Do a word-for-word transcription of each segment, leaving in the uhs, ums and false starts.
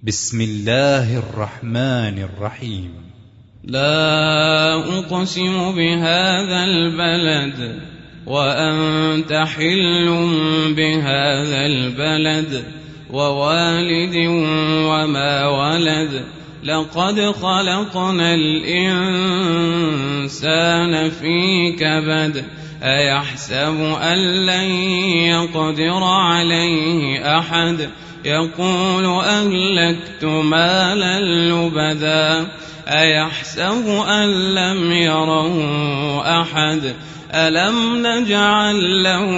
بسم الله الرحمن الرحيم. لا أقسم بهذا البلد وأنت حل بهذا البلد ووالد وما ولد لقد خلقنا الإنسان في كبد أيحسب أن لن يقدر عليه أحد يقول أهلكت مالا لبدا أيحسب أن لم يره أحد ألم نجعل له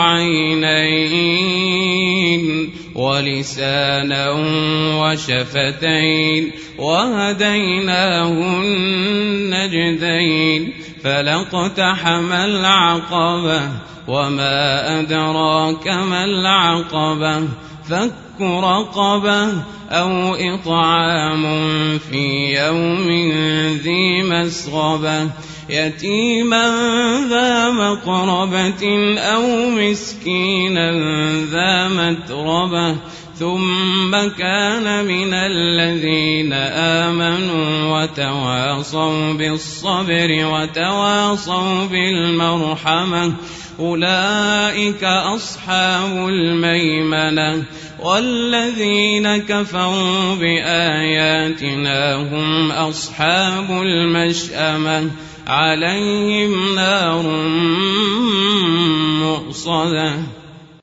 عينين ولسانا وشفتين وهديناه النجدين فلاقتحم العقبة وما أدراك ما العقبة فك رقبة أو إطعام في يوم ذي مسغبة يتيما ذا مقربة أو مسكينا ذا متربة ثم كان من الذين آمنوا وتواصوا بالصبر وتواصوا بالمرحمة أولئك أصحاب الميمنة والذين كفروا بآياتنا هم أصحاب المشأمة عليهم نار مؤصدة.